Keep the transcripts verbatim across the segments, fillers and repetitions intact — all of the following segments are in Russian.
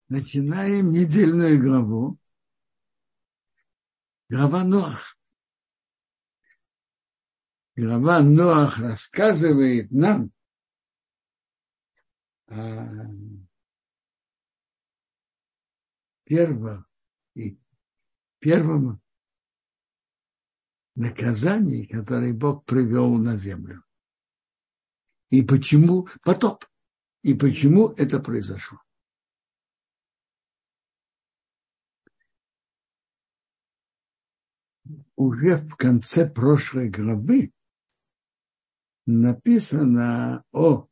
Начинаем недельную главу. Глава Ноах. Глава Ноах рассказывает нам о первом, и первом наказании, которое Бог привел на землю. И почему потоп. И почему это произошло. Уже в конце прошлой главы написано о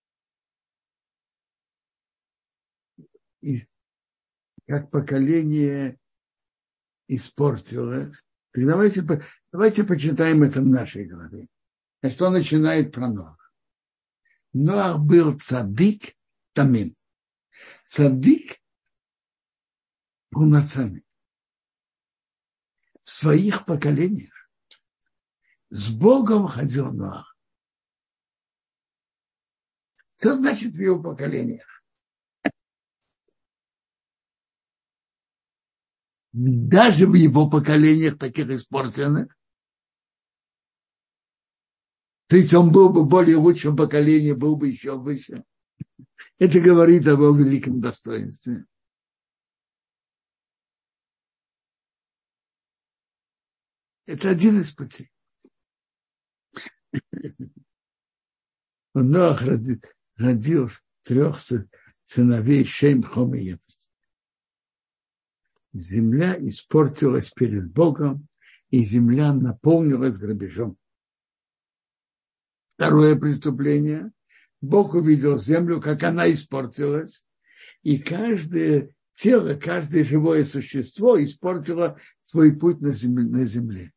и как поколение испортилось. Так давайте, давайте почитаем это в нашей главе. Значит, он начинает про Ноах. Ноах был цадик тамим. Цадик полноценный. В своих поколениях с Богом ходил Ноах. Что значит в его поколениях? Даже в его поколениях таких испорченных. То есть он был бы более лучшем поколении, был бы еще выше. Это говорит о его великом достоинстве. Это один из путей. Ноах родил, родил трех сыновей Шем, Хом и Ефес. Земля испортилась перед Богом, и земля наполнилась грабежом. Второе преступление. Бог увидел землю, как она испортилась, и каждое тело, каждое живое существо испортило свой путь на земле.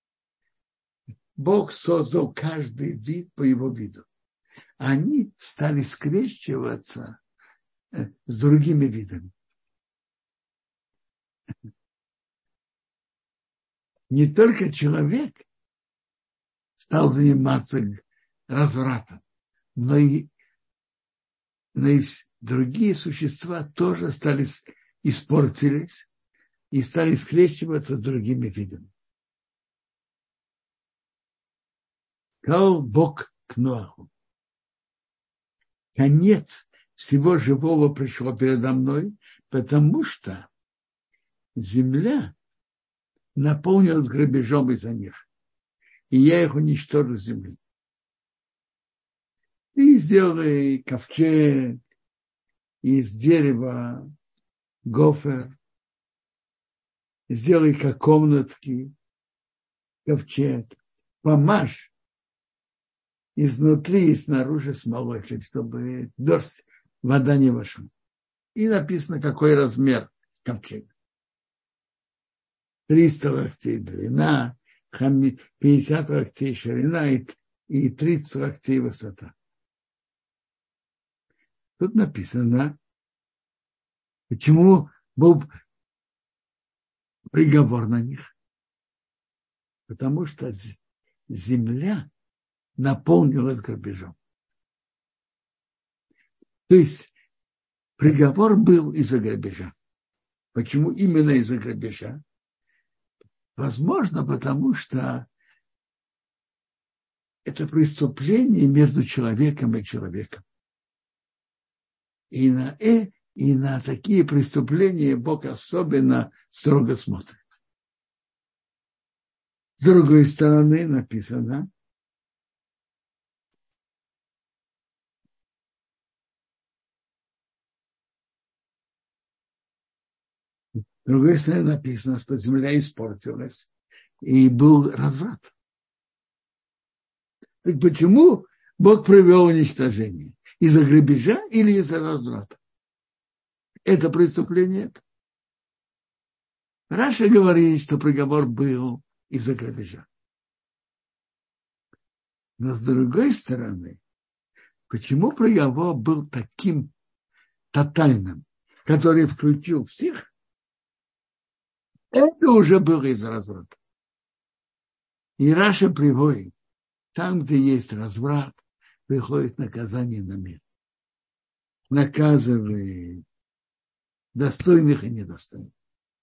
Бог создал каждый вид по его виду. Они стали скрещиваться с другими видами. Не только человек стал заниматься развратом, но и, но и другие существа тоже стали испортились и стали скрещиваться с другими видами. Сказал Бог к Ноаху: конец всего живого пришел передо мной, потому что земля наполнилась грабежом из-за них, и я их уничтожу с земли. И сделай ковчег из дерева гофер, сделай как комнатки ковчег, помажь изнутри и снаружи смолой, чтобы дождь, вода не вошла. И написано, какой размер ковчега. триста локтей длина, пятьдесят локтей ширина и тридцать локтей высота. Тут написано, почему был приговор на них. Потому что земля наполнилась грабежом. То есть приговор был из-за грабежа. Почему именно из-за грабежа? Возможно, потому что это преступление между человеком и человеком. И на, э, и на такие преступления Бог особенно строго смотрит. С другой стороны написано, с другой стороны написано, что земля испортилась и был разврат. Так почему Бог привел уничтожение? Из-за грабежа или из-за разврата? Это преступление. Раша говорит, что приговор был из-за грабежа. Но с другой стороны, почему приговор был таким тотальным, который включил всех? Это уже было из-за разврата. И Раша приводит, там, где есть разврат, приходит наказание на мир. Наказывает достойных и недостойных.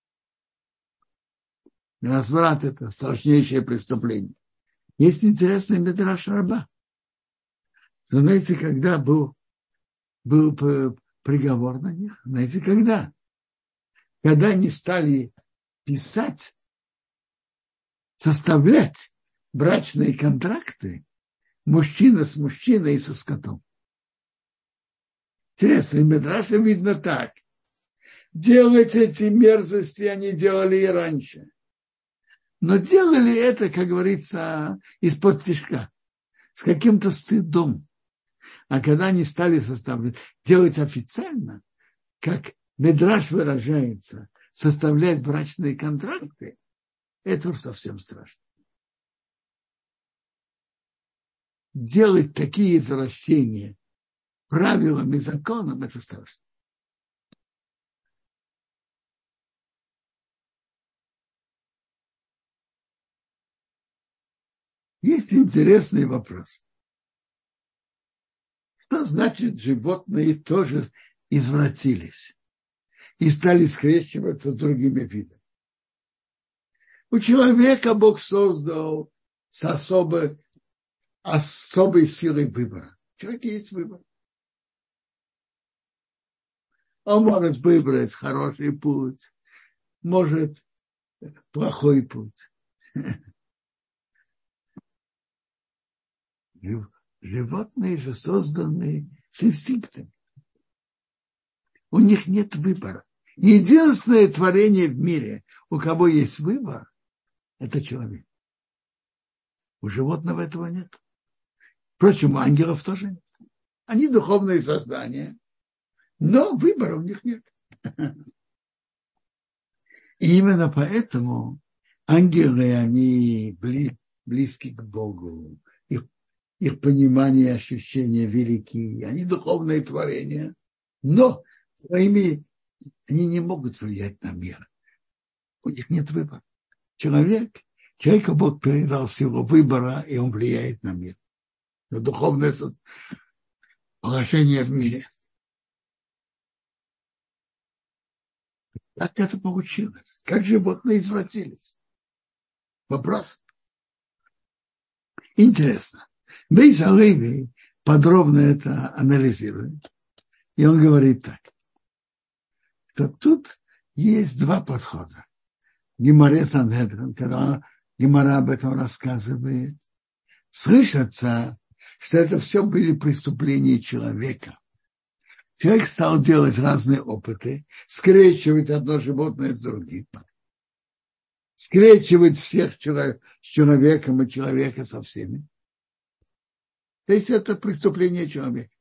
Разврат – это страшнейшее преступление. Есть интересный Мидраш Раба. Знаете, когда был, был приговор на них? Знаете, когда? Когда они стали писать, составлять брачные контракты мужчина с мужчиной и со скотом. Интересно, в Мидраше видно так. Делать эти мерзости они делали и раньше. Но делали это, как говорится, из-под тишка, с каким-то стыдом. А когда они стали составлять, делать официально, как Мидраш выражается, составлять брачные контракты, это уж совсем страшно. Делать такие извращения правилам и законам, это страшно. Есть интересный вопрос. Что значит, животные тоже извратились и стали скрещиваться с другими видами? У человека Бог создал с особой, особой силой выбора. У человека есть выбор. Он может выбрать хороший путь, может плохой путь. Животные же созданы с инстинктами. У них нет выбора. Единственное творение в мире, у кого есть выбор, это человек. У животного этого нет. Впрочем, у ангелов тоже нет. Они духовные создания, но выбора у них нет. И именно поэтому ангелы, они близки к Богу. Их, их понимание и ощущения велики. Они духовные творения, но своими они не могут влиять на мир. У них нет выбора. Человек, человеку Бог передал силу выбора, и он влияет на мир. На духовное положение в мире. Как это получилось? Как животные извратились? Вопрос. Интересно. Бейс Алеви подробно это анализирует. И он говорит так, что тут есть два подхода. Гемаре Сангедрин, когда Гемара об этом рассказывает, слышится, что это все были преступления человека. Человек стал делать разные опыты, скрещивать одно животное с другим, скрещивать всех человек, с человеком и человека со всеми. То есть это преступление человека.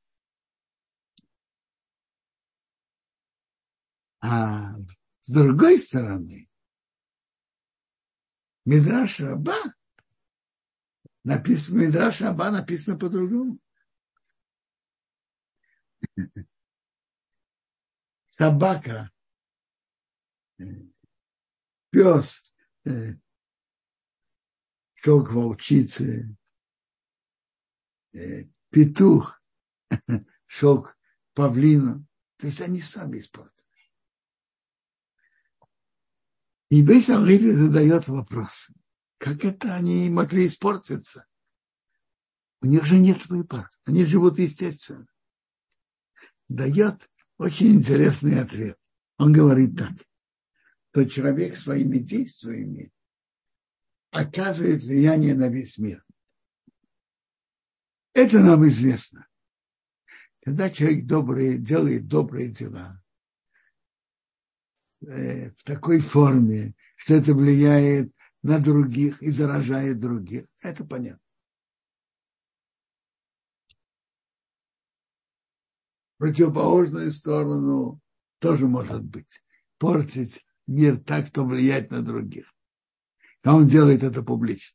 А с другой стороны, Мидраш Раба, написано, Мидраш Раба написано по-другому. Собака, пес, шел к волчице, петух шел к павлину. То есть они сами испортили. И Бейс Алеви задает вопрос, как это они могли испортиться? У них же нет выбора, они живут естественно. Дает очень интересный ответ. Он говорит так, что человек своими действиями оказывает влияние на весь мир. Это нам известно. Когда человек добрый, делает добрые дела э, в такой форме, что это влияет на других и заражает других, это понятно. Противоположную сторону тоже может быть. Портить мир так, что влиять на других. А он делает это публично.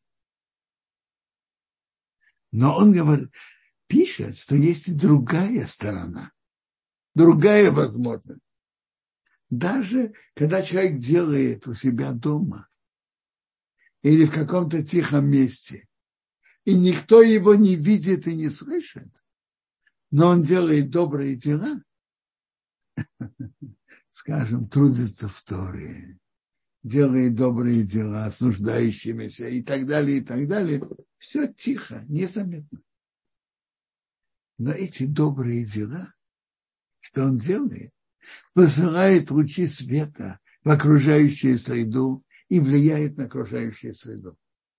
Но он говорит, пишет, что есть и другая сторона, другая возможность. Даже когда человек делает у себя дома или в каком-то тихом месте, и никто его не видит и не слышит, но он делает добрые дела, скажем, трудится в Торе, делает добрые дела с нуждающимися и так далее, и так далее, все тихо, незаметно. Но эти добрые дела, что он делает, посылает лучи света в окружающую среду и влияет на окружающую среду.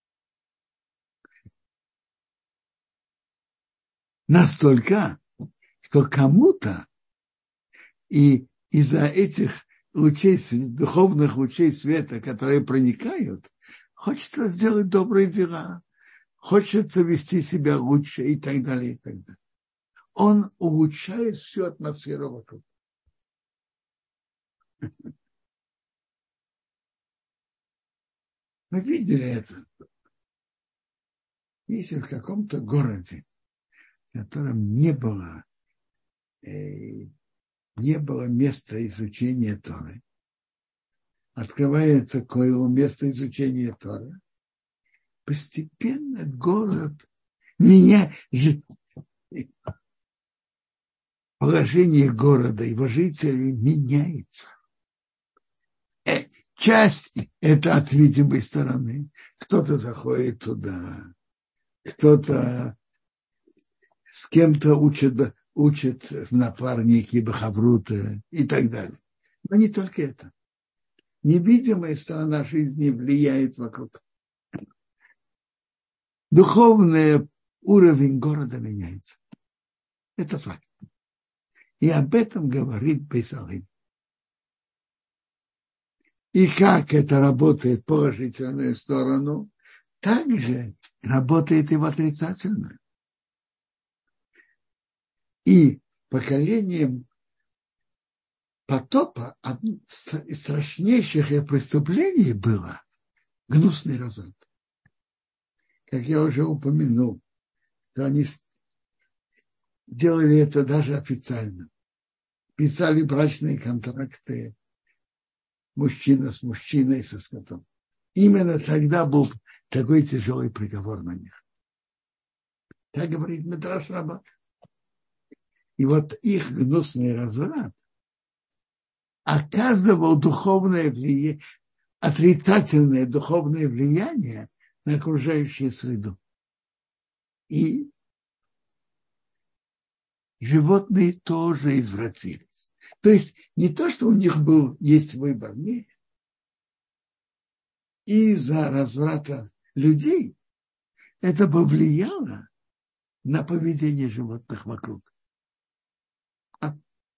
Настолько, что кому-то и из-за этих лучей, духовных лучей света, которые проникают, хочется сделать добрые дела, хочется вести себя лучше и так далее, и так далее. Он улучшает всю атмосферу вокруг. Мы видели это. Если в каком-то городе, в котором не было, э, не было места изучения Торы, открывается кое-что место изучения Торы, постепенно город меня, положение города, его жителей меняется. Э, часть это от видимой стороны. Кто-то заходит туда, кто-то с кем-то учит, учит в напарнике, бахавруты и так далее. Но не только это. Невидимая сторона жизни влияет вокруг. Духовный уровень города меняется. Это факт. И об этом говорит Бейс Алим. И как это работает в положительную сторону, так же работает и в отрицательную. И поколением потопа одно из страшнейших преступлений было гнусный развод. Как я уже упомянул, что они делали это даже официально. Писали брачные контракты мужчина с мужчиной, со скотом. Именно тогда был такой тяжелый приговор на них. Так говорит Мидраш Раба. И вот их гнусный разврат оказывал духовное влияние, отрицательное духовное влияние на окружающую среду. И животные тоже извратились. То есть не то, что у них был, есть выбор, нет. Из-за разврата людей это повлияло на поведение животных вокруг. А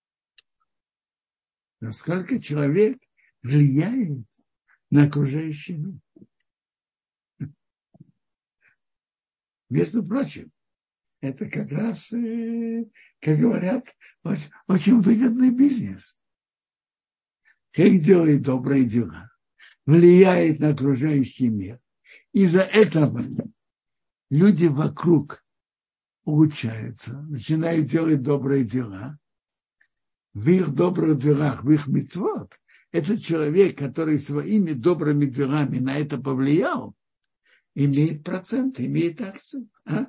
насколько человек влияет на окружающий мир. Между прочим, это как раз, как говорят, очень, очень выгодный бизнес. Человек делает добрые дела, влияет на окружающий мир. Из-за этого люди вокруг улучшаются, начинают делать добрые дела. В их добрых делах, в их мицвот, этот человек, который своими добрыми делами на это повлиял, имеет процент, имеет акции. А?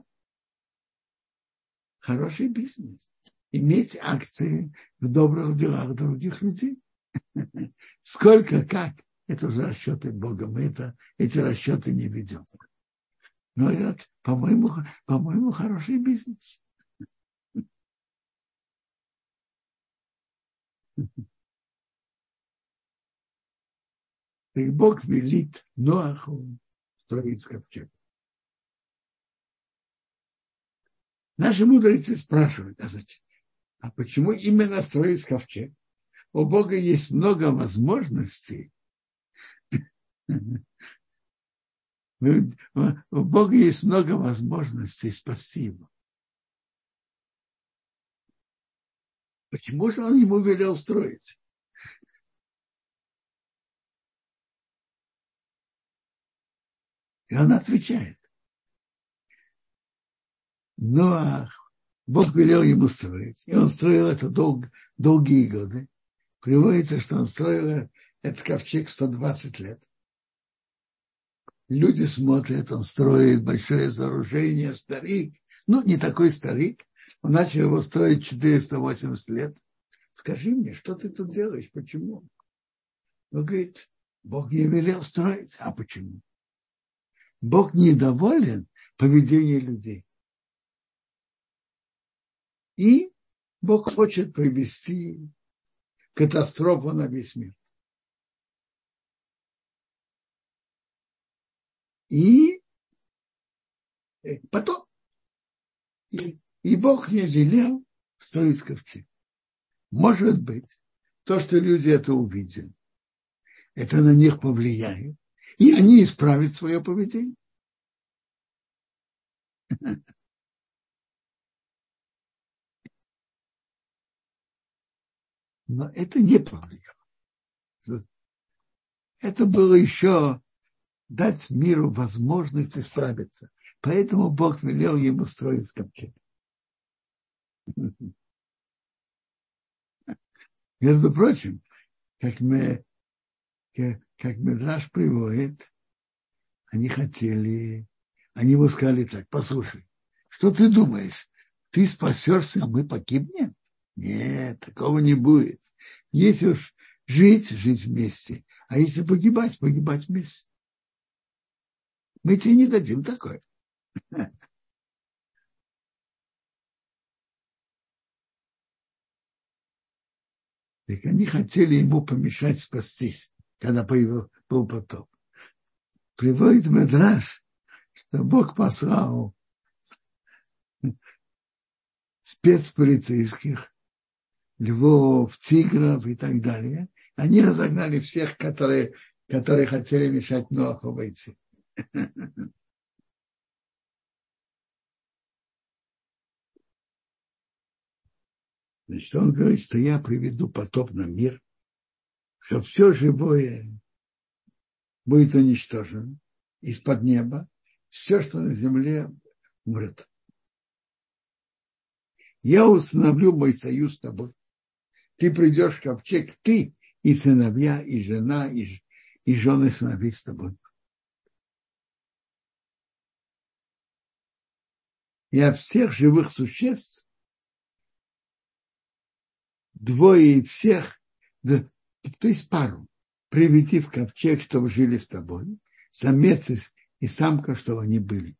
Хороший бизнес. Иметь акции в добрых делах других людей. Сколько, как, это уже расчеты Бога. Мы это, эти расчеты не ведем. Но это, по-моему, по-моему, хороший бизнес. И Бог велит Ноаху строить ковчег. Наши мудрецы спрашивают, а зачем? А почему именно строить ковчег? У Бога есть много возможностей. У Бога есть много возможностей спасти его. Почему же он ему велел строить? И он отвечает. Но Бог велел ему строить. И он строил это дол- долгие годы. Приводится, что он строил этот ковчег сто двадцать лет. Люди смотрят, он строит большое сооружение, старик. Ну, не такой старик. Он начал его строить четыреста восемьдесят лет. скажи мне, что ты тут делаешь, почему? Он говорит, Бог не велел строить. А почему? Бог недоволен поведением людей. И Бог хочет провести катастрофу на весь мир. И потом, и, и Бог не велел строить ковчег. Может быть, то, что люди это увидели, это на них повлияет, и они исправят свое поведение. Но это не повлияло. Это было еще дать миру возможность исправиться. Поэтому Бог велел ему строить ковчег. Между прочим, как мы, как, как Мидраш приводит, они хотели, они ему сказали так: послушай, что ты думаешь, ты спасешься, а мы погибнем? Нет, такого не будет. Если уж жить, жить вместе, а если погибать, погибать вместе. Мы тебе не дадим такое. Так они хотели ему помешать спастись, когда был потоп. Приводит Мидраш, что Бог послал спецполицейских, львов, тигров и так далее. Они разогнали всех, которые, которые хотели мешать Ноаху войти. Значит, он говорит, что я приведу потоп на мир, что все живое будет уничтожено из-под неба, все, что на земле, умрет. Я установлю мой союз с тобой. Ты придешь в ковчег, ты и сыновья, и жена, и, и жены сыновей с тобой. И от всех живых существ, двое из всех, да, то есть пару, приведи в ковчег, чтобы жили с тобой, самец и самка, чтобы они были.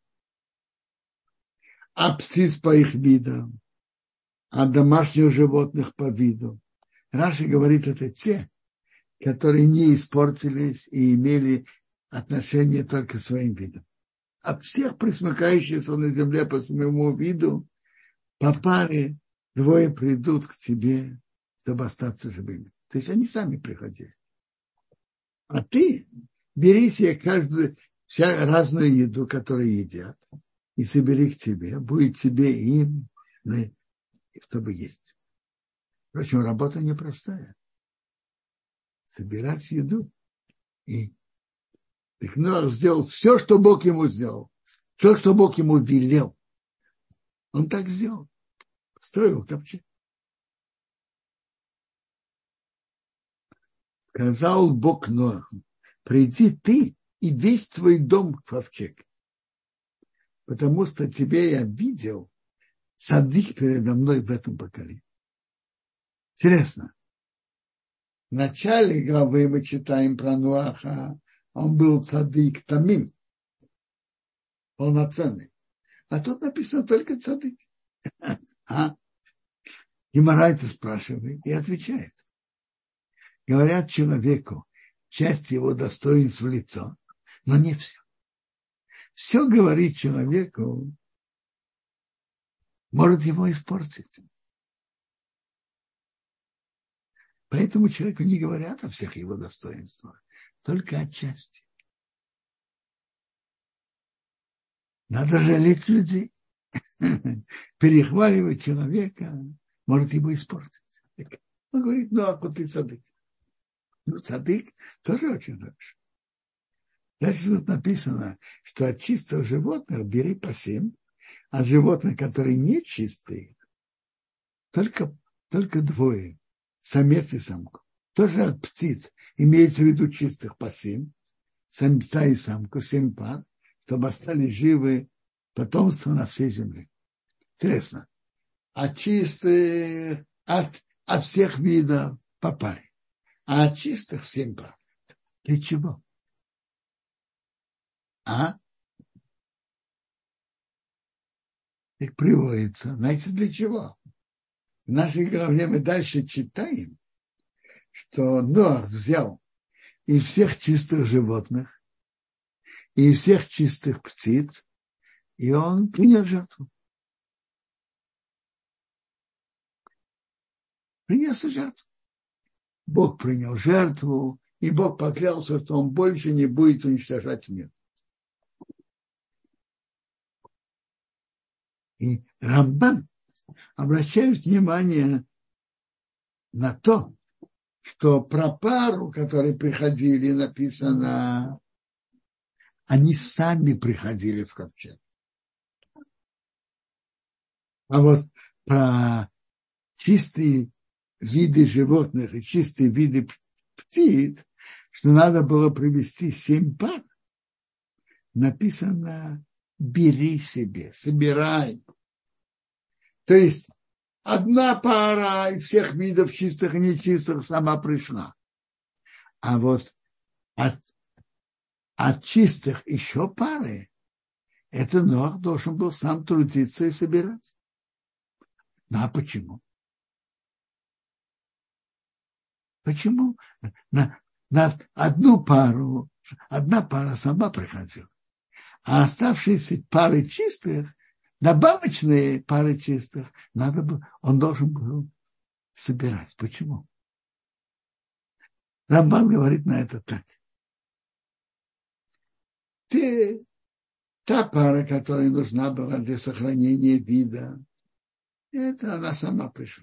А птиц по их видам, а домашних животных по виду. Раши говорит, это те, которые не испортились и имели отношение только к своим видам. А всех присмыкающихся на земле по своему виду, по паре, двое придут к тебе, чтобы остаться живыми. То есть они сами приходили. А ты бери себе каждую, вся разную еду, которую едят, и собери к тебе, будет тебе и им, чтобы есть. Впрочем, работа непростая. Собирать еду. И Ноах сделал все, что Бог ему сделал. Все, что Бог ему велел. Он так сделал. Строил ковчег. Сказал Бог Ноаху: приди ты и весь твой дом в ковчег. Потому что тебе я видел цадик передо мной в этом поколении. Интересно. В начале главы мы читаем про Ноаха. Он был цадик тамим, полноценный. А тут написано только цадик. А? Гемара это спрашивает и отвечает. Говорят человеку часть его достоинств в лицо, но не все. Все говорит человеку, может его испортить. Поэтому человеку не говорят о всех его достоинствах, только отчасти. Надо жалеть людей. Перехваливать человека может его испортить. Он говорит, ну, а вот ты цадык. Ну, цадык тоже очень хорошо. Дальше тут написано, что от чистых животных бери по семь, а животных, которые не чистые, только, только двое, самец и самка. Тоже от птиц, имеется в виду чистых по семь, самца и самку, семь пар, чтобы остались живы потомство на всей земле. Интересно. От чистых, от, от всех видов по паре, а от чистых семь пар. Для чего? А? Так приводится. Знаете, для чего? В нашей главе мы дальше читаем, что Ноах взял из всех чистых животных, и из всех чистых птиц, и он принес жертву. Принес жертву. Бог принял жертву, и Бог поклялся, что он больше не будет уничтожать мир. И Рамбан обращает внимание на то, что про пару, которые приходили, написано, они сами приходили в ковчег. А вот про чистые виды животных и чистые виды птиц, что надо было привести семь пар, написано «бери себе, собирай». То есть одна пара из всех видов чистых и нечистых сама пришла. А вот от, от чистых еще пары, это Ноах должен был сам трудиться и собирать. Ну а почему? Почему? На, на одну пару, одна пара сама приходила, а оставшиеся пары чистых, добавочные пары чистых, надо бы, он должен был собирать. Почему? Рамбан говорит на это так. Те, та пара, которая нужна была для сохранения вида, это она сама пришла.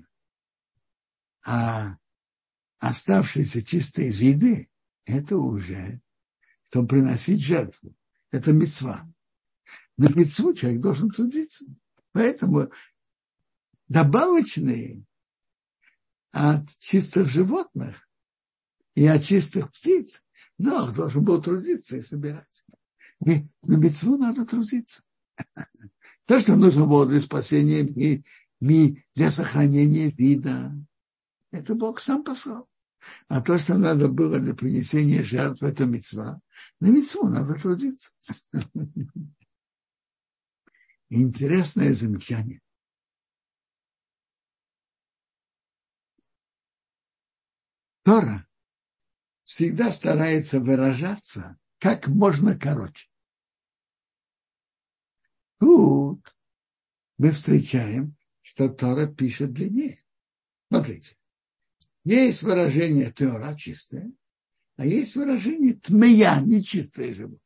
А оставшиеся чистые виды, это уже, чтобы приносить жертву. Это мицва. На мицву человек должен трудиться. Поэтому добавочные от чистых животных и от чистых птиц, но должен был трудиться и собирать. И на мицву надо трудиться. То, что нужно было для спасения и для сохранения вида, это Бог сам послал. А то, что надо было для принесения жертв, это мицва. На мицву надо трудиться. Интересное замечание. Тора всегда старается выражаться как можно короче. Тут мы встречаем, что Тора пишет длиннее. Смотрите. Есть выражение Тора чистое, а есть выражение тмея, нечистое животное.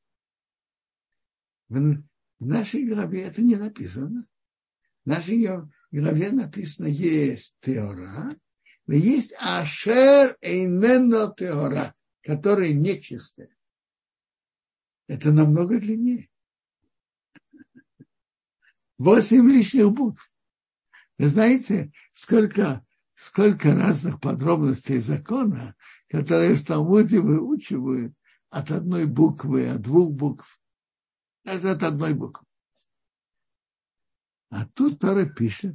В нашей главе это не написано. В нашей главе написано, есть Тора, но есть ашер эйнено Тора, которая нечистая. Это намного длиннее. Восемь лишних букв. Вы знаете, сколько, сколько разных подробностей закона, которые в Талмуде выучивают от одной буквы, от двух букв. Это от одной буквы. А тут Тора пишет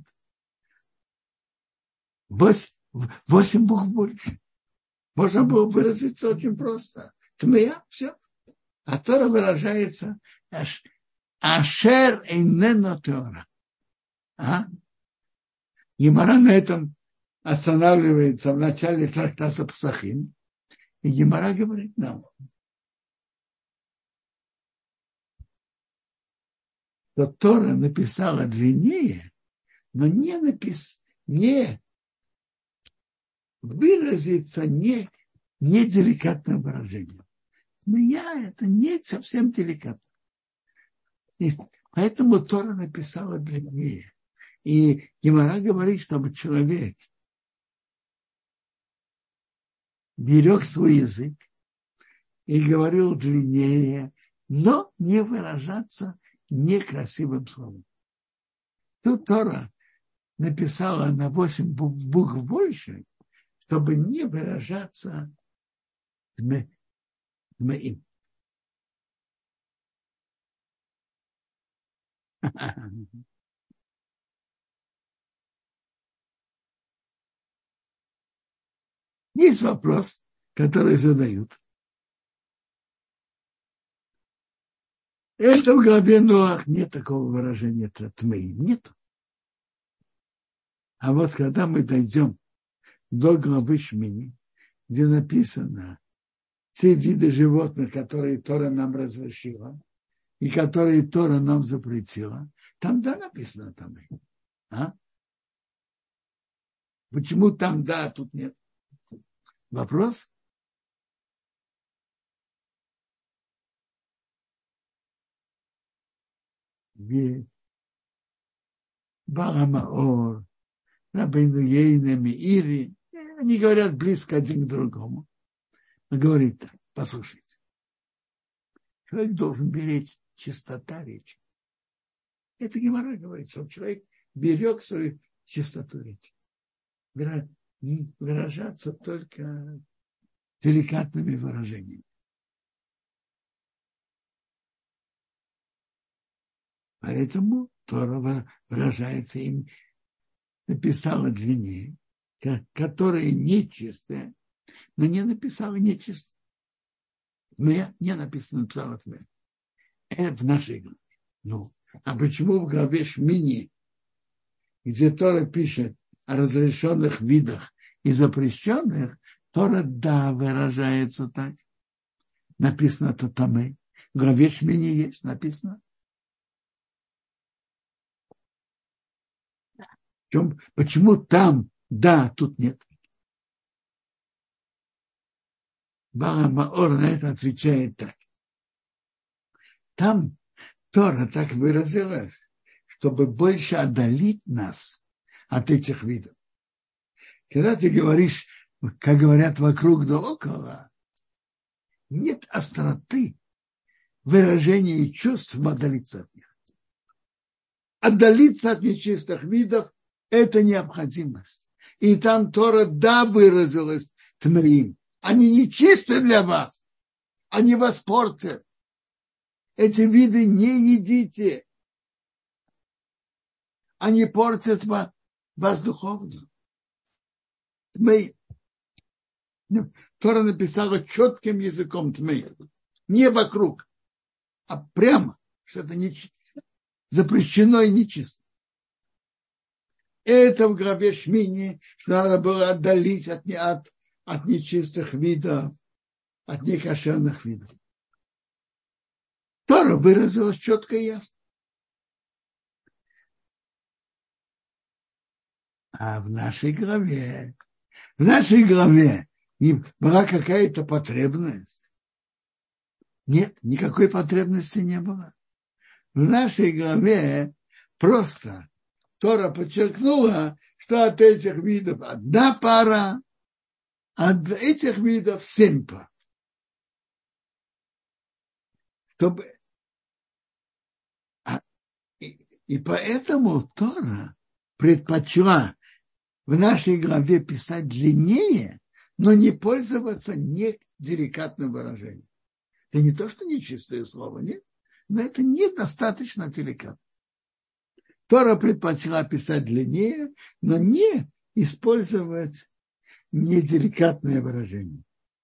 восемь, восемь букв больше. Можно было выразиться очень просто. Тмея, все. А Тора выражается ашер эйнено Тора. А? Гемара на этом останавливается в начале трактата Псахим. И Гемара говорит нам, что Тора написала длиннее, но не напис, не выразиться не, не деликатным выражением. Но я это не совсем деликатно. И поэтому Тора написала длиннее. И Гемара говорит, чтобы человек берег свой язык и говорил длиннее, но не выражаться некрасивым словом. Тут Тора написала на восемь букв больше, чтобы не выражаться тмеим. Есть вопрос, который задают. Это в главе Ноах нет такого выражения тмей. Нет. А вот когда мы дойдем до главы Шмини, где написано те виды животных, которые Тора нам разрешила, и которые Тора нам запретила, там да написано тмей. А? Почему там да, а тут нет? Вопрос? Барамаор, Рабейну Ейне, Меири, они говорят близко один к другому. Он говорит так, послушайте, человек должен беречь чистота речи. Это Гемара говорит, что человек берег свою чистоту речи. Выражаться только деликатными выражениями. Поэтому Тора выражается им, написала длиннее, которая нечистая, но не написала нечисто. Не, не написано, написала тмей. Это в нашей главе. Ну, а почему в главе Шмини, где Тора пишет о разрешенных видах и запрещенных, Тора да выражается так. Написано то тамей. В главе Шмини есть написано. Почему там да, тут нет? Бара Маор на это отвечает так. Там Тора так выразилась, чтобы больше отдалить нас от этих видов. Когда ты говоришь, как говорят вокруг да около, нет остроты выражения чувств отдалиться от них. Отдалиться от нечистых видов – это необходимость. И там Тора да выразилась тмеим. Они нечисты для вас. Они вас портят. Эти виды не едите. Они портят вас, вас духовно. Тмей. Тора написала четким языком тмей. Не вокруг, а прямо, что это не, запрещено и нечисто. Это в главе Шмини, что надо было отдалить от, от, от нечистых видов, от некошерных видов. Тора выразилась четко и ясно. А в нашей главе, в нашей главе была какая-то потребность. Нет, никакой потребности не было. В нашей главе просто Тора подчеркнула, что от этих видов одна пара, от этих видов семь пар. Чтобы... И, и поэтому Тора предпочла в нашей главе писать длиннее, но не пользоваться неделикатным выражением. Это не то, что нечистое слово, нет, но это недостаточно деликатно. Тора предпочла писать длиннее, но не использовать неделикатное выражение.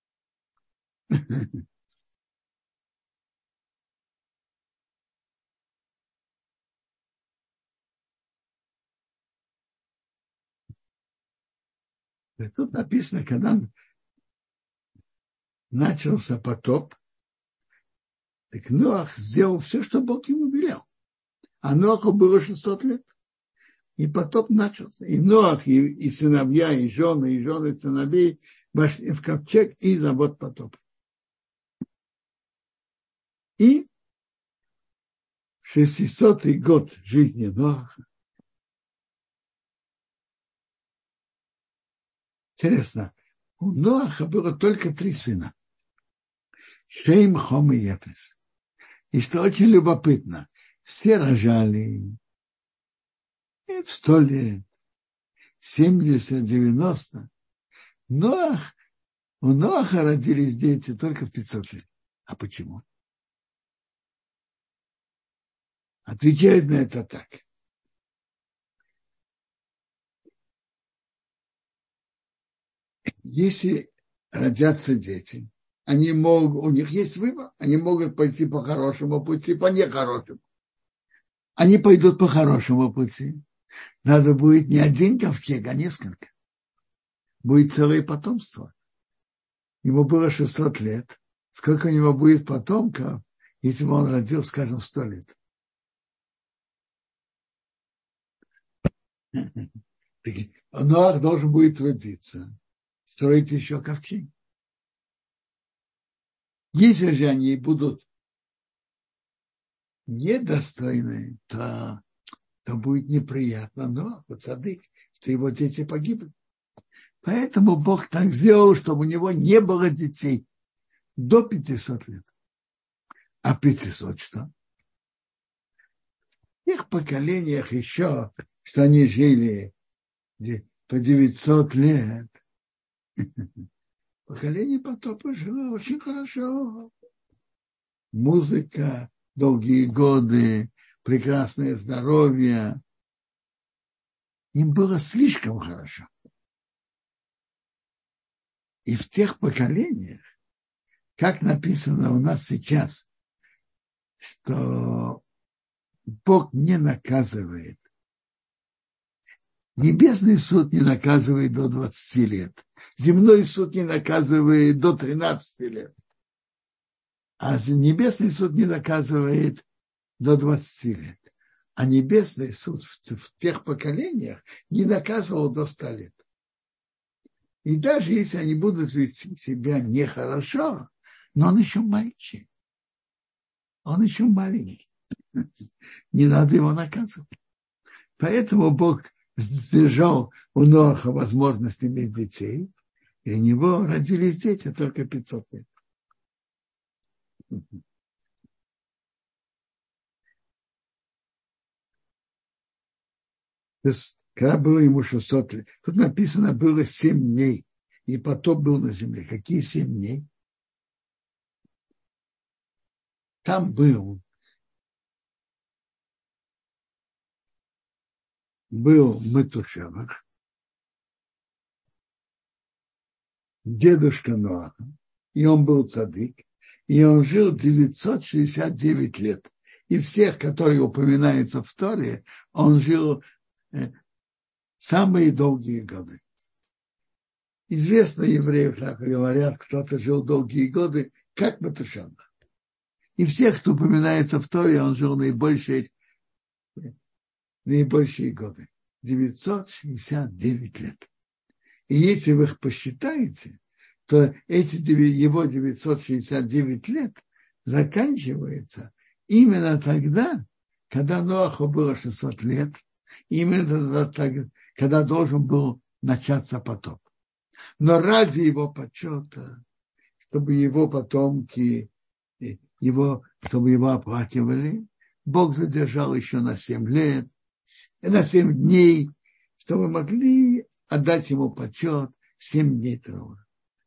Тут написано, когда начался потоп, так Ноах сделал все, что Бог ему велел. А Ноаху было шестьсот лет. И потоп начался. И Ноах, и, и сыновья, и жены, и жены сыновей вошли в ковчег и завод потоп. И шестисотый год жизни Ноаха. Интересно, у Ноаха было только три сына. Шейм, Хом и Ефес. И что очень любопытно, все рожали в сто лет, семьдесят, девяносто. Ноах, у Ноаха родились дети только в пятьсот лет. А почему? Отвечает на это так. если родятся дети, они могут, у них есть выбор, они могут пойти по хорошему пути, по нехорошему. Они пойдут по хорошему пути. Надо будет не один ковчег, а несколько. Будет целое потомство. Ему было шестьсот лет. Сколько у него будет потомков, если бы он родил, скажем, сто лет? Ноах должен будет родиться, строить еще ковчег. Если же они будут недостойны, то, то будет неприятно. Но вот цадык, что его дети погибли. Поэтому Бог так сделал, чтобы у него не было детей до пятисот лет. А пятисот что? В тех поколениях еще, что они жили по девятьсот лет, поколение потопа жило очень хорошо. Музыка, долгие годы, прекрасное здоровье. Им было слишком хорошо. И в тех поколениях, как написано у нас сейчас, что Бог не наказывает. Небесный суд не наказывает до двадцати лет. Земной суд не наказывает до тринадцати лет. А небесный суд не наказывает до двадцати лет. А небесный суд в тех поколениях не наказывал до ста лет. И даже если они будут вести себя нехорошо, но он еще мальчик. Он еще маленький. Не надо его наказывать. Поэтому Бог сдержал у Ноаха возможность иметь детей, и у него родились дети только пятьсот лет. То есть, когда было ему шестьсот лет, тут написано, было семь дней, и потоп был на земле. Какие семь дней? Там был, был Метушевах, дедушка Ноаха, и он был цадык, и он жил девятьсот шестьдесят девять лет. И всех, которые упоминаются в Торе, он жил э, самые долгие годы. Известно евреев, как говорят, кто-то жил долгие годы, как Метушевах. И всех, кто упоминается в Торе, он жил наибольшие, наибольшие годы. девятьсот шестьдесят девять лет. И если вы их посчитаете, то эти, его девятьсот шестьдесят девять лет заканчивается именно тогда, когда Ноаху было шестьсот лет, именно тогда, когда должен был начаться потоп. Но ради его почета, чтобы его потомки, его, чтобы его оплакивали, Бог задержал еще на семь лет, на семь дней, чтобы могли отдать ему почет семь дней траура.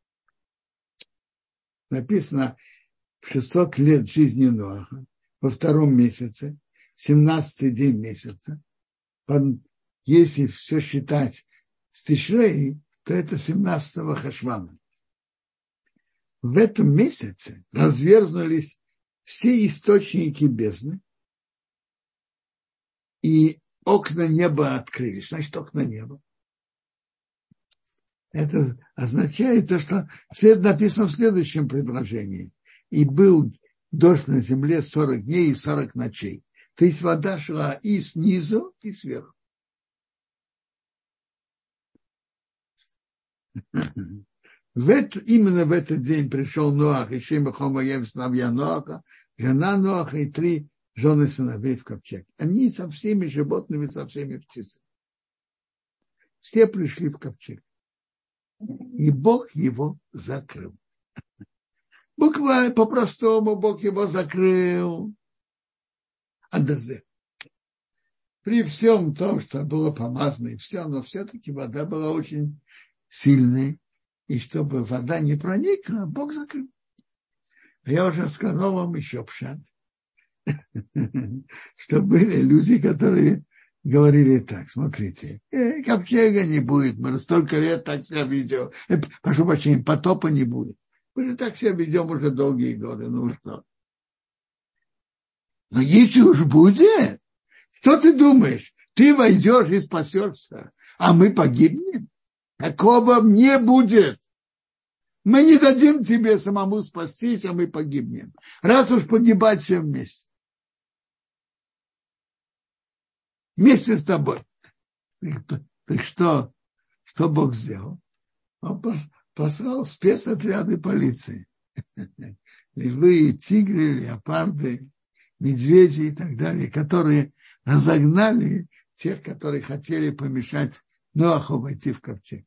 Написано, в шестьсот лет жизни Ноаха, во втором месяце, семнадцатый день месяца, если все считать с Тишрей, то это семнадцатого Хашвана. В этом месяце разверзнулись все источники бездны, и окна неба открылись. Значит, окна неба. Это означает то, что все написано в следующем предложении. И был дождь на земле сорок дней и сорок ночей. То есть вода шла и снизу, и сверху. В это, именно в этот день пришел Ноах, и Шем и Хом, сыновья Ноаха, жена Ноаха и три жены сыновей в ковчег. Они со всеми животными, со всеми птицами. Все пришли в ковчег. И Бог его закрыл. Буквально, по-простому, Бог его закрыл. Андерзе. При всем том, что было помазано и все, но все-таки вода была очень сильной. И чтобы вода не проникла, Бог закрыл. А я уже сказал вам еще пшат, что были люди, которые говорили так, смотрите, э, ковчега не будет, мы столько лет так себя ведем, э, прошу прощения, потопа не будет. Мы же так себя ведем уже долгие годы, ну что. Но если уж будет, что ты думаешь? Ты войдешь и спасешься, а мы погибнем? Такого не будет. Мы не дадим тебе самому спастись, а мы погибнем. Раз уж погибать все вместе. Вместе с тобой. Так, так что, что Бог сделал? Он послал спецотряды полиции. Львы, тигры, леопарды, медведи и так далее, которые разогнали тех, которые хотели помешать Ноаху войти в ковчег.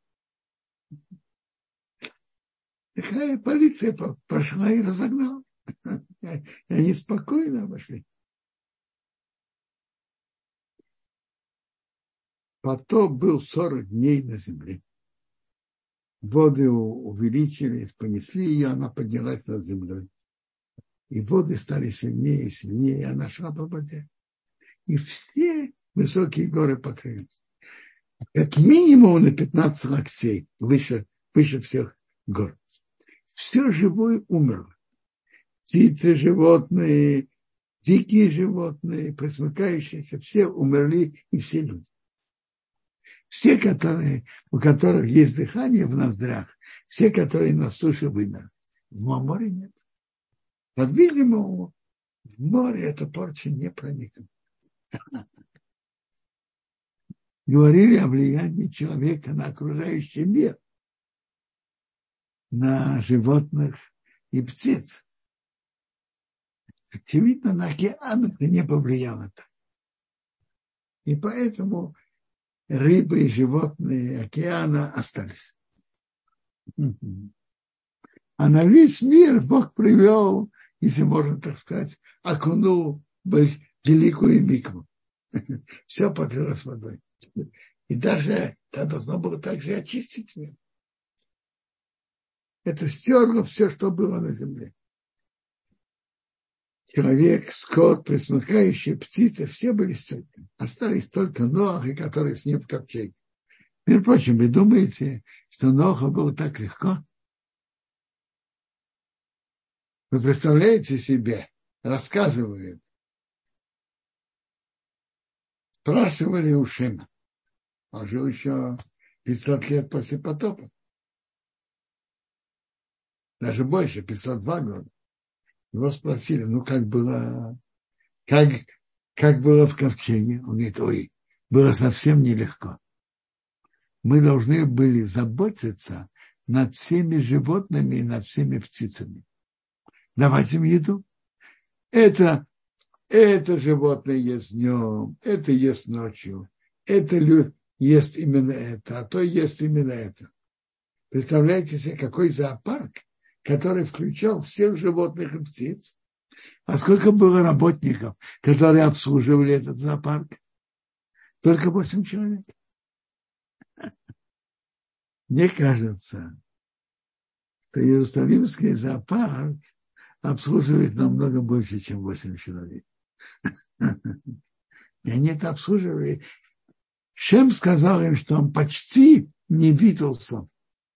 Такая полиция пошла и разогнала. И они спокойно обошли. Потоп был сорок дней на земле. Воды увеличились, понесли ее, она поднялась над землей. И воды стали сильнее и сильнее, и она шла по воде. И все высокие горы покрылись. Как минимум на пятнадцать локтей выше, выше всех гор. Все живое умерло. Птицы, животные, дикие животные, пресмыкающиеся, все умерли, и все люди. Все, которые, у которых есть дыхание в ноздрях, все, которые на суше вымерли. В море нет. По-видимому, в море эта порча не проникла. Говорили о влиянии человека на окружающий мир, на животных и птиц. Очевидно, на океан это не повлияло так. И поэтому рыбы и животные океана остались. А на весь мир Бог привел, если можно так сказать, окунул великую микву. Все покрылось водой. И даже это должно было также очистить мир. Это стерло все, что было на земле. Человек, скот, пресмыкающие, птицы, все были стерты. Остались только Ноах, и которые с ним в ковчеге. Между прочим, вы думаете, что Ноаху было так легко? Вы представляете себе, рассказывают, спрашивали у Шема, он жил еще пятьсот лет после потопа. Даже больше, пятьсот два года. Его спросили, ну как было, как, как было в ковчеге? Он говорит, ой, было совсем нелегко. Мы должны были заботиться над всеми животными и над всеми птицами. Давать им еду. Это, это животное ест днем, это ест ночью, это ест именно это, а то ест именно это. Представляете себе, какой зоопарк, который включал всех животных и птиц. А сколько было работников, которые обслуживали этот зоопарк? Только восемь человек. Мне кажется, что Иерусалимский зоопарк обслуживает намного больше, чем восемь человек. И они это обслуживали. Шем сказал им, что он почти не видел сон.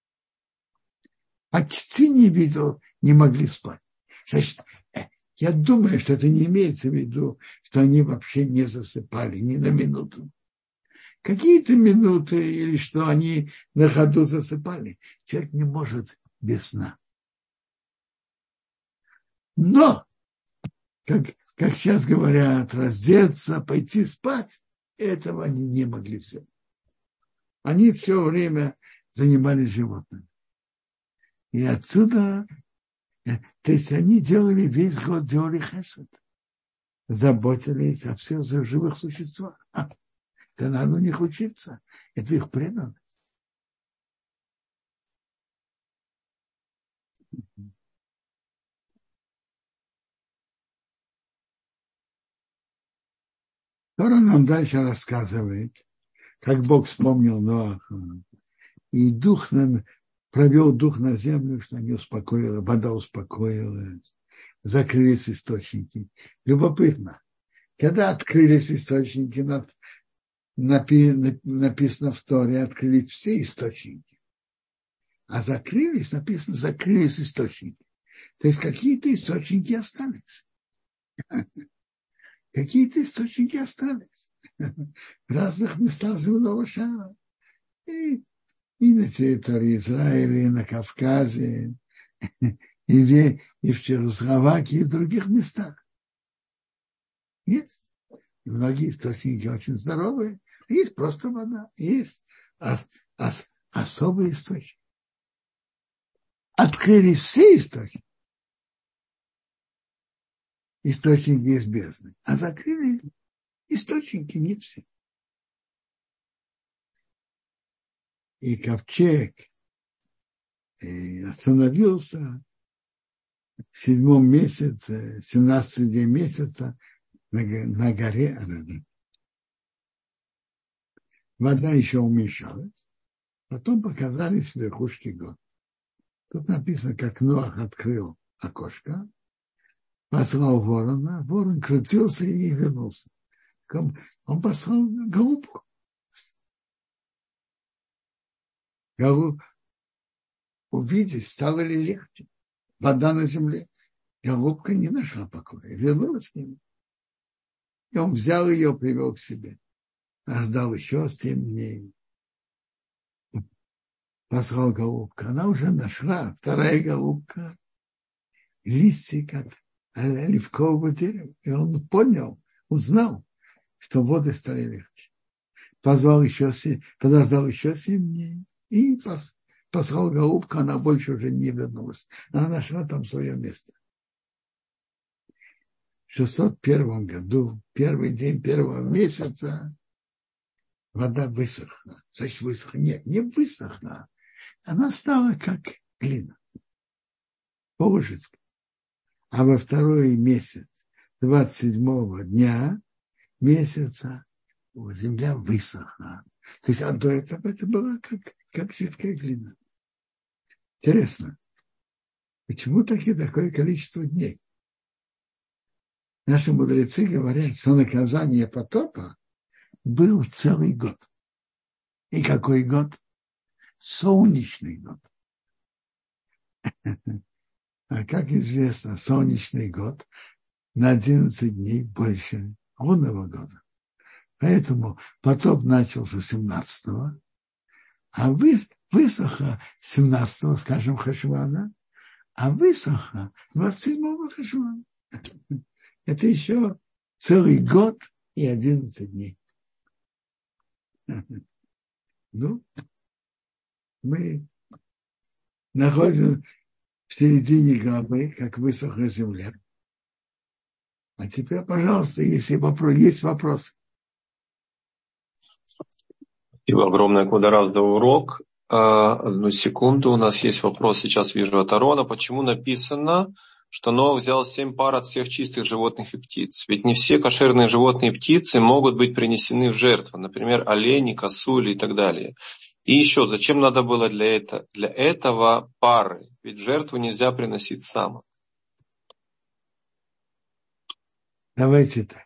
Почти не видел, не могли спать. Значит, я думаю, что это не имеется в виду, что они вообще не засыпали ни на минуту. Какие-то минуты или что они на ходу засыпали. Человек не может без сна. Но, как, как сейчас говорят, раздеться, пойти спать, этого они не могли сделать. Они все время занимались животными. И отсюда, то есть они делали весь год, делали хесед. Заботились о всех живых существах. А, это надо у них учиться. Это их преданность. Тора нам дальше рассказывает, как Бог вспомнил Ноаха. И дух на, провел дух на землю, что они успокоились, вода успокоилась, закрылись источники. Любопытно. Когда открылись источники, над, напи- написано в Торе, открылись все источники. А закрылись, написано, закрылись источники. То есть какие-то источники остались. Какие-то источники остались. В разных местах земного шара. И, и на территории Израиля, и на Кавказе, и в, и в Чехословакии, и в других местах. Есть. И многие источники очень здоровые. Есть просто вода. Есть ос, ос, особые источники. Открылись все источники. Источники из бездны. А закрыли источники не все. И ковчег и остановился в седьмом месяце, семнадцатый день месяца на, на горе Арарат. Вода еще уменьшалась, потом показались верхушки гор. Тут написано, как Ноах открыл окошко, послал ворона, ворон крутился и не вернулся. Он послал голубку. Голуб... Увидеть, стало ли легче. Вода на земле. Голубка не нашла покоя, вернулась к нему. И он взял ее, привел к себе. А ждал еще семь дней. Послал голубка. Она уже нашла, вторая голубка, листик от оливкового дерева. И он понял, узнал, что воды стали легче. Позвал еще, подождал еще семь дней и пос, послал голубку, она больше уже не вернулась. Она нашла там свое место. В шестьсот первом году, первый день первого месяца, вода высохла. Значит, высохла. Нет, не высохла. Она стала как глина. Полужидкая. А во второй месяц, двадцать седьмого дня месяца, земля высохла. То есть, а до этого это была как, как жидкая глина. Интересно, почему таки такое количество дней? Наши мудрецы говорят, что наказание потопа был целый год. И какой год? Солнечный год. А как известно, солнечный год на одиннадцать дней больше лунного года. Поэтому потоп начался семнадцатого, а высохло семнадцатого, скажем, Хешвана, а высохло двадцать седьмого Хешвана. Это еще целый год и одиннадцать дней. Ну, мы находимся в середине главы, как высохла земля. А теперь, пожалуйста, если вопрос, есть вопросы. Спасибо огромное, Квадарав, за урок. Одну секунду, у нас есть вопрос, сейчас вижу от Арона. Почему написано, что Ноах взял семь пар от всех чистых животных и птиц? Ведь не все кошерные животные и птицы могут быть принесены в жертву, например, олени, косули и так далее. И еще, зачем надо было для этого, для этого пары? Ведь в жертву нельзя приносить самок. Давайте так.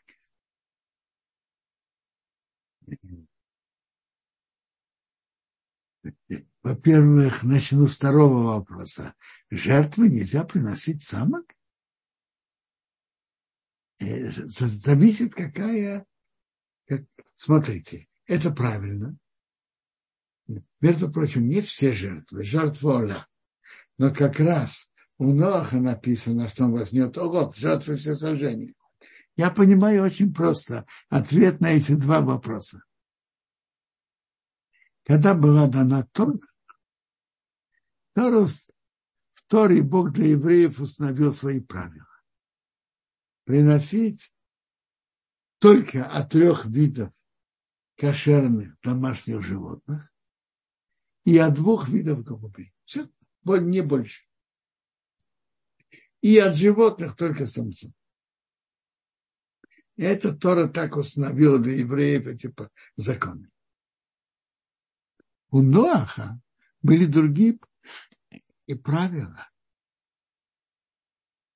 Во-первых, начну с второго вопроса. Жертвы нельзя приносить самок? Зависит, какая... Как... Смотрите, это правильно. Между прочим, не все жертвы. Жертва Оля. Но как раз у Ноаха написано, что он возьмет Олот, жертвы всесожжения. Я понимаю очень просто ответ на эти два вопроса. Когда была дана Тора, Тора, в Торе Бог для евреев установил свои правила. Приносить только от трех видов кошерных домашних животных и от двух видов голубей. Все, не больше. И от животных только самцов. И это Тора так установила для евреев эти законы. У Ноаха были другие и правила.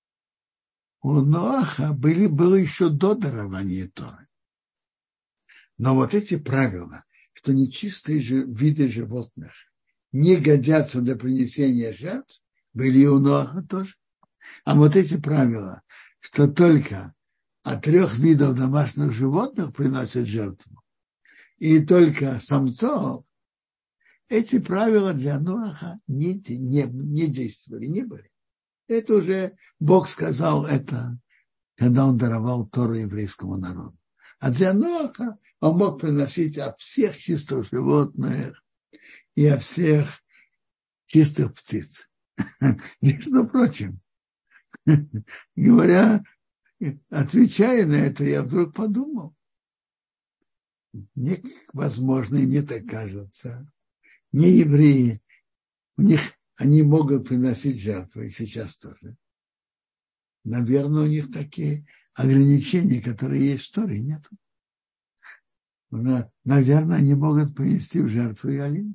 У Ноаха были, было еще до дарования Торы. Но вот эти правила, что нечистые виды животных не годятся для принесения жертв, были и у Ноаха тоже. А вот эти правила, что только от трех видов домашних животных приносят жертву, и только самцов, эти правила для Ноаха не, не, не действовали, не были. Это уже Бог сказал это, когда он даровал Тору еврейскому народу. А для Ноаха он мог приносить от всех чистых животных и от всех чистых птиц. Между прочим, говоря, отвечая на это, я вдруг подумал, мне, возможно, и мне так кажется, не евреи, у них они могут приносить жертвы, и сейчас тоже. Наверное, у них такие ограничения, которые есть в Торе, нет. Наверное, они могут принести в жертву и оленя.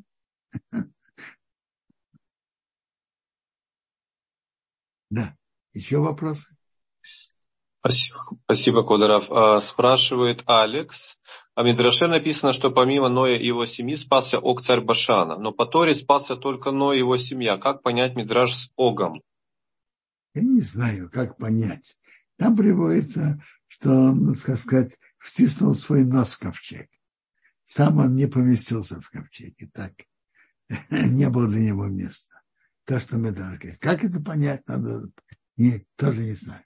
Да. Еще вопросы? Спасибо, спасибо Кударав. А, спрашивает Алекс. А в Мидраше написано, что помимо Ноя и его семьи спасся Ог царь Башана. Но по Торе спасся только Ной и его семья. Как понять Мидраш с Огом? Я не знаю, как понять. Там приводится, что он, так сказать, втиснул свой нос в ковчег. Сам он не поместился в ковчеге. Так не было для него места. То, что Мидраш говорит. Как это понять, надо, не, тоже не знаю.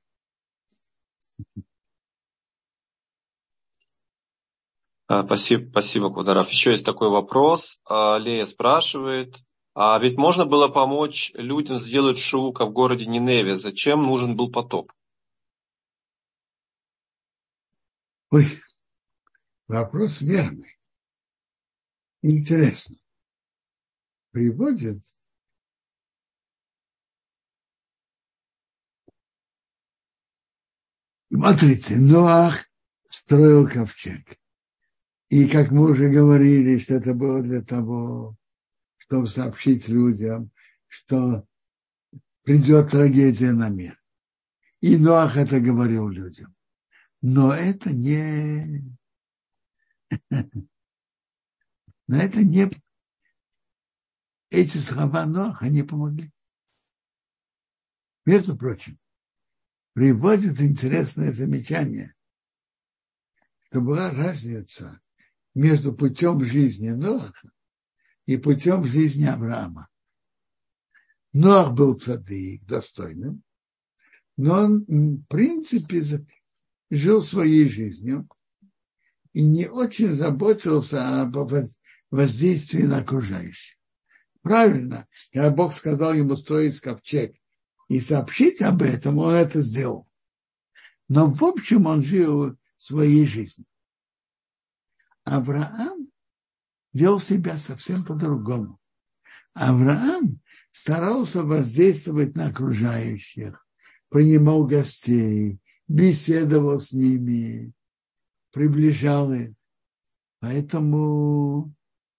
Спасибо, спасибо, Кударав. Еще есть такой вопрос. Лея спрашивает. А ведь можно было помочь людям сделать шуука в городе Ниневе. Зачем нужен был потоп? Ой, вопрос верный. Интересно. Приводит Смотрите, Ноах строил ковчег. И, как мы уже говорили, что это было для того, чтобы сообщить людям, что придет трагедия на мир. И Ноах это говорил людям. Но это не... Но это не... Эти слова Ноаха не помогли. Между прочим, приводит интересное замечание, что была разница между путем жизни Ноаха и путем жизни Авраама. Ноах был цадик, достойным, но он, в принципе, жил своей жизнью и не очень заботился об воздействии на окружающих. Правильно, когда Бог сказал ему строить ковчег и сообщить об этом, он это сделал. Но в общем он жил своей жизнью. Авраам вел себя совсем по-другому. Авраам старался воздействовать на окружающих, принимал гостей, беседовал с ними, приближал их. Поэтому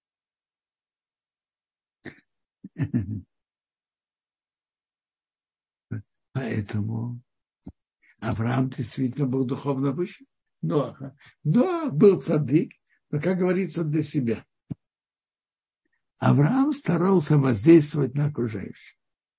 поэтому Авраам действительно был духовно выше Ноаха. Ноах был цадик, но, как говорится, для себя. Авраам старался воздействовать на окружающих.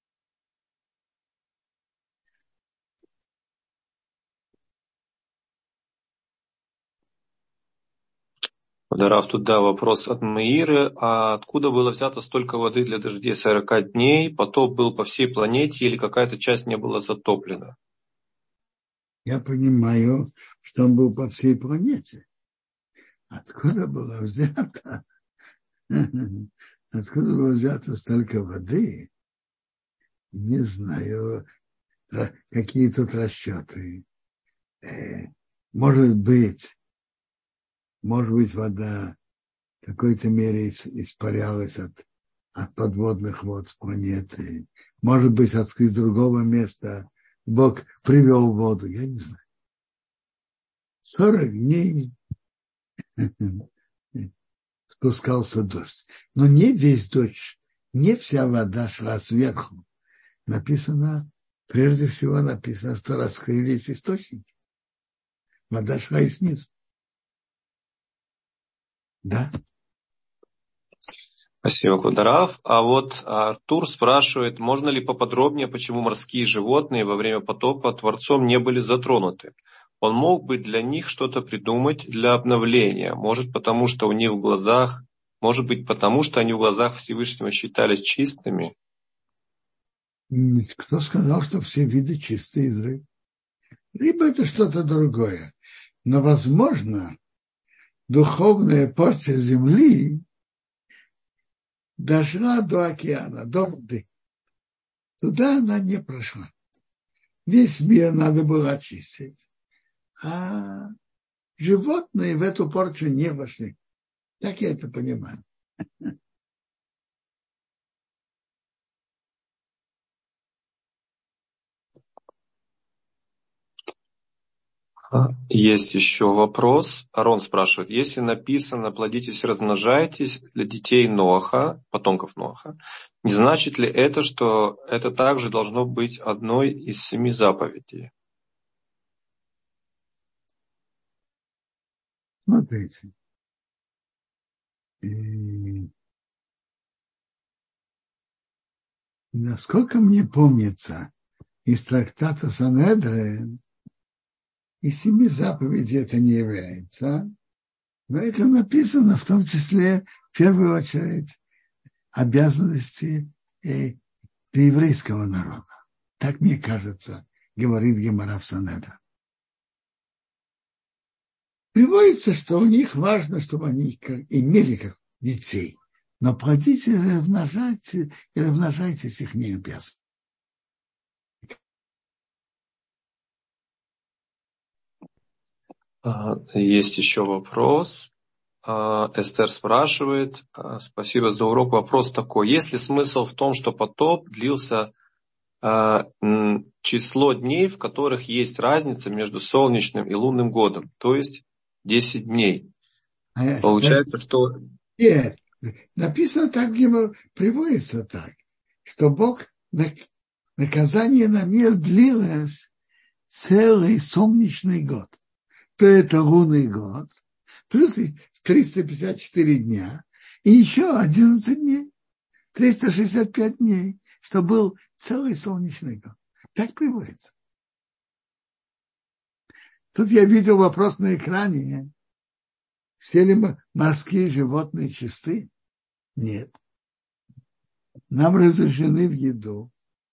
Раф, тут да, вопрос от Маиры. А откуда было взято столько воды для дождей сорока дней? Потоп был по всей планете или какая-то часть не была затоплена? Я понимаю, что он был по всей планете. Откуда было взято? Откуда было взято столько воды? Не знаю. Какие тут расчеты. Может быть, может быть, вода в какой-то мере испарялась от, от подводных вод с планеты. Может быть, от, из другого места Бог привел воду. Я не знаю. Сорок дней спускался дождь. Но не весь дождь, не вся вода шла сверху. Написано, прежде всего написано, что раскрылись источники. Вода шла и снизу. Да. Спасибо, Кударав. А вот Артур спрашивает, можно ли поподробнее, почему морские животные во время потопа Творцом не были затронуты? Он мог бы для них что-то придумать для обновления. Может, потому что у них в глазах, может быть, потому что они в глазах Всевышнего считались чистыми? Кто сказал, что все виды чистые из рыб? Рыба – это что-то другое. Но, возможно, духовная порция земли дошла до океана, до воды. Туда она не прошла. Весь мир надо было очистить. А животные в эту порцию не вошли. Так я это понимаю. Есть еще вопрос. Арон спрашивает, если написано «плодитесь и размножайтесь» для детей Ноаха, потомков Ноаха, не значит ли это, что это также должно быть одной из семи заповедей? Смотрите. И... Насколько мне помнится, из трактата Санедрин, из семи заповедей это не является, но это написано в том числе, в первую очередь, обязанности э, для еврейского народа. Так мне кажется, говорит Гемара в Санедрин. Приводится, что у них важно, чтобы они как, имели как детей, но плодите и размножайтесь, и размножайтесь их не обязаны. Есть еще вопрос. Эстер спрашивает, спасибо за урок. Вопрос такой, есть ли смысл в том, что потоп длился число дней, в которых есть разница между солнечным и лунным годом, то есть десять дней? А, Получается, да, что... Нет, написано так, где приводится так, что Бог, наказание на мир длилось целый солнечный год. То это лунный год, плюс триста пятьдесят четыре дня, и еще одиннадцать дней, триста шестьдесят пять дней, что был целый солнечный год. Так приводится. Тут я видел вопрос на экране. Все ли морские животные чисты? Нет. Нам разрешены в еду.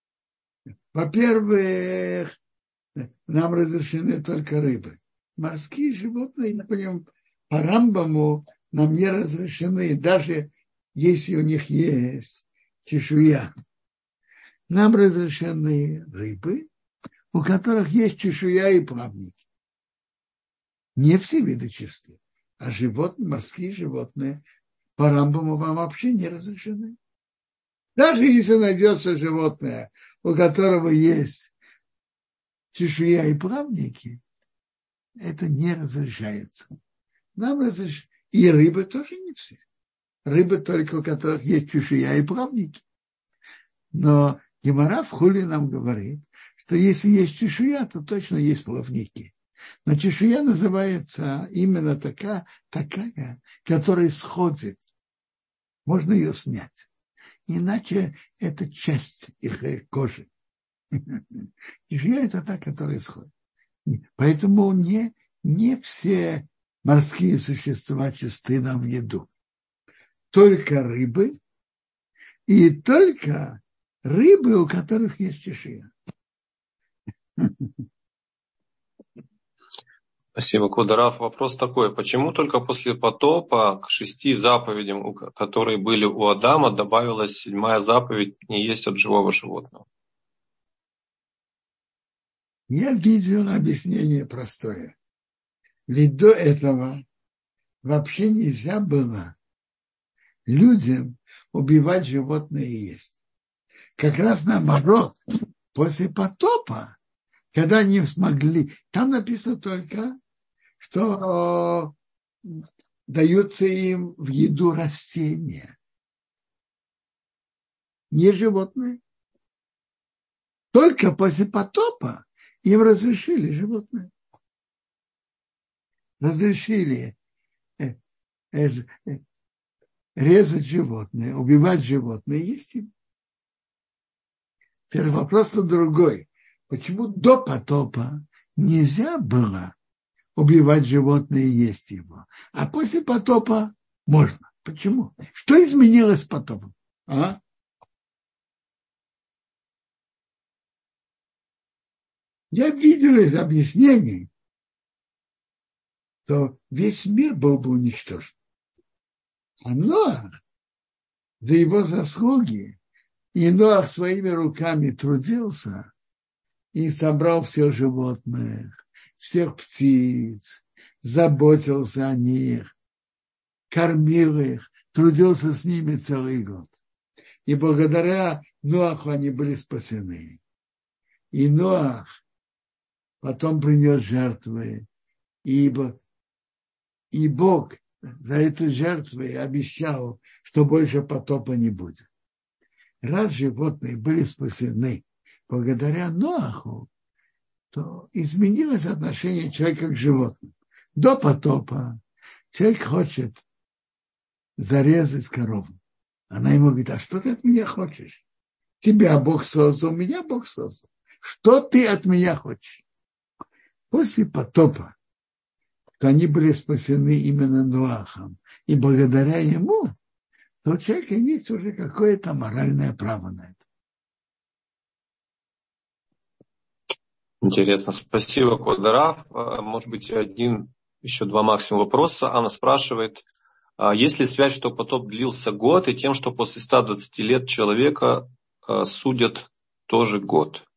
Во-первых, нам разрешены только рыбы. Морские животные, например, по Рамбаму нам не разрешены, даже если у них есть чешуя. Нам разрешены рыбы, у которых есть чешуя и плавники. Не все виды чисты, а животные, морские животные по Рамбаму вам вообще не разрешены. Даже если найдется животное, у которого есть чешуя и плавники, это не разрешается. Нам разрешается. И рыбы тоже не все. Рыбы только у которых есть чешуя и плавники. Но Гемара в Хуле нам говорит, что если есть чешуя, то точно есть плавники. Но чешуя называется именно такая, такая, которая сходит. Можно ее снять. Иначе это часть их кожи. Чешуя это та, которая сходит. Поэтому не, не все морские существа чисты нам в еду. Только рыбы и только рыбы, у которых есть чешуя. Спасибо, Кударав. Вопрос такой. Почему только после потопа к шести заповедям, которые были у Адама, добавилась седьмая заповедь «не есть от живого животного»? Я видел объяснение простое. Ведь до этого вообще нельзя было людям убивать животное и есть. Как раз наоборот, после потопа, когда они смогли, там написано только, что даются им в еду растения, не животные. Только после потопа им разрешили животные. Разрешили резать животное, убивать животное, есть им. Теперь вопрос другой. Почему до потопа нельзя было убивать животное и есть его, а после потопа можно? Почему? Что изменилось с потопом? А? Я видел из объяснений, что весь мир был бы уничтожен. А Ноах, за его заслуги, и Ноах своими руками трудился и собрал всех животных, всех птиц, заботился о них, кормил их, трудился с ними целый год. И благодаря Ноаху они были спасены. И Ноах потом принес жертвы, ибо и Бог за этой жертвой обещал, что больше потопа не будет. Раз животные были спасены благодаря Ноаху, то изменилось отношение человека к животным. До потопа человек хочет зарезать корову. Она ему говорит: а что ты от меня хочешь? Тебя Бог создал, меня Бог создал. Что ты от меня хочешь? После потопа, что они были спасены именно Ноахом, и благодаря ему, то у человека есть уже какое-то моральное право на это. Интересно. Спасибо, Квадарав. Может быть, один, еще два максимум вопроса. Анна спрашивает, есть ли связь, что потоп длился год, и тем, что после ста двадцати лет человека судят тоже год?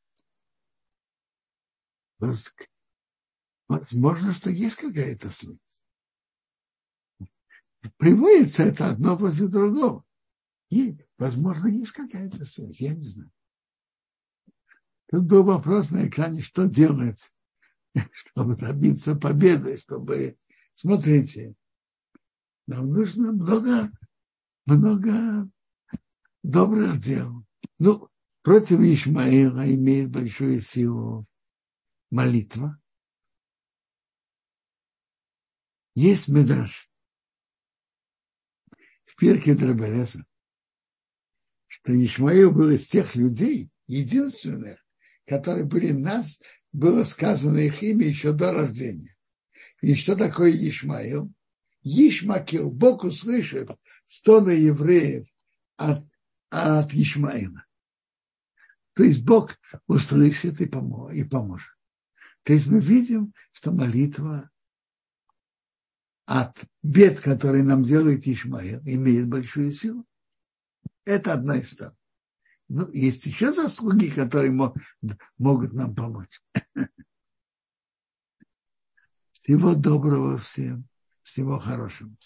Возможно, что есть какая-то связь. Приводится это одно возле другого. И, возможно, есть какая-то связь, я не знаю. Тут был вопрос на экране, что делать, чтобы добиться победы, чтобы... Смотрите, нам нужно много, много добрых дел. Ну, против Ишмаила имеет большую силу молитва. Есть мидраш в Пирке Драбелеса, что Ишмаил был из тех людей, единственных, которые были нас, было сказано их имя еще до рождения. И что такое Ишмаил? Ишмакил, Бог услышит стоны евреев от, от Ишмаила. То есть Бог услышит и поможет, и поможет. То есть мы видим, что молитва от бед, которые нам делает Ишмаил, имеет большую силу. Это одна из сторон. Ну, есть еще заслуги, которые мо- могут нам помочь. Всего доброго всем. Всего хорошего.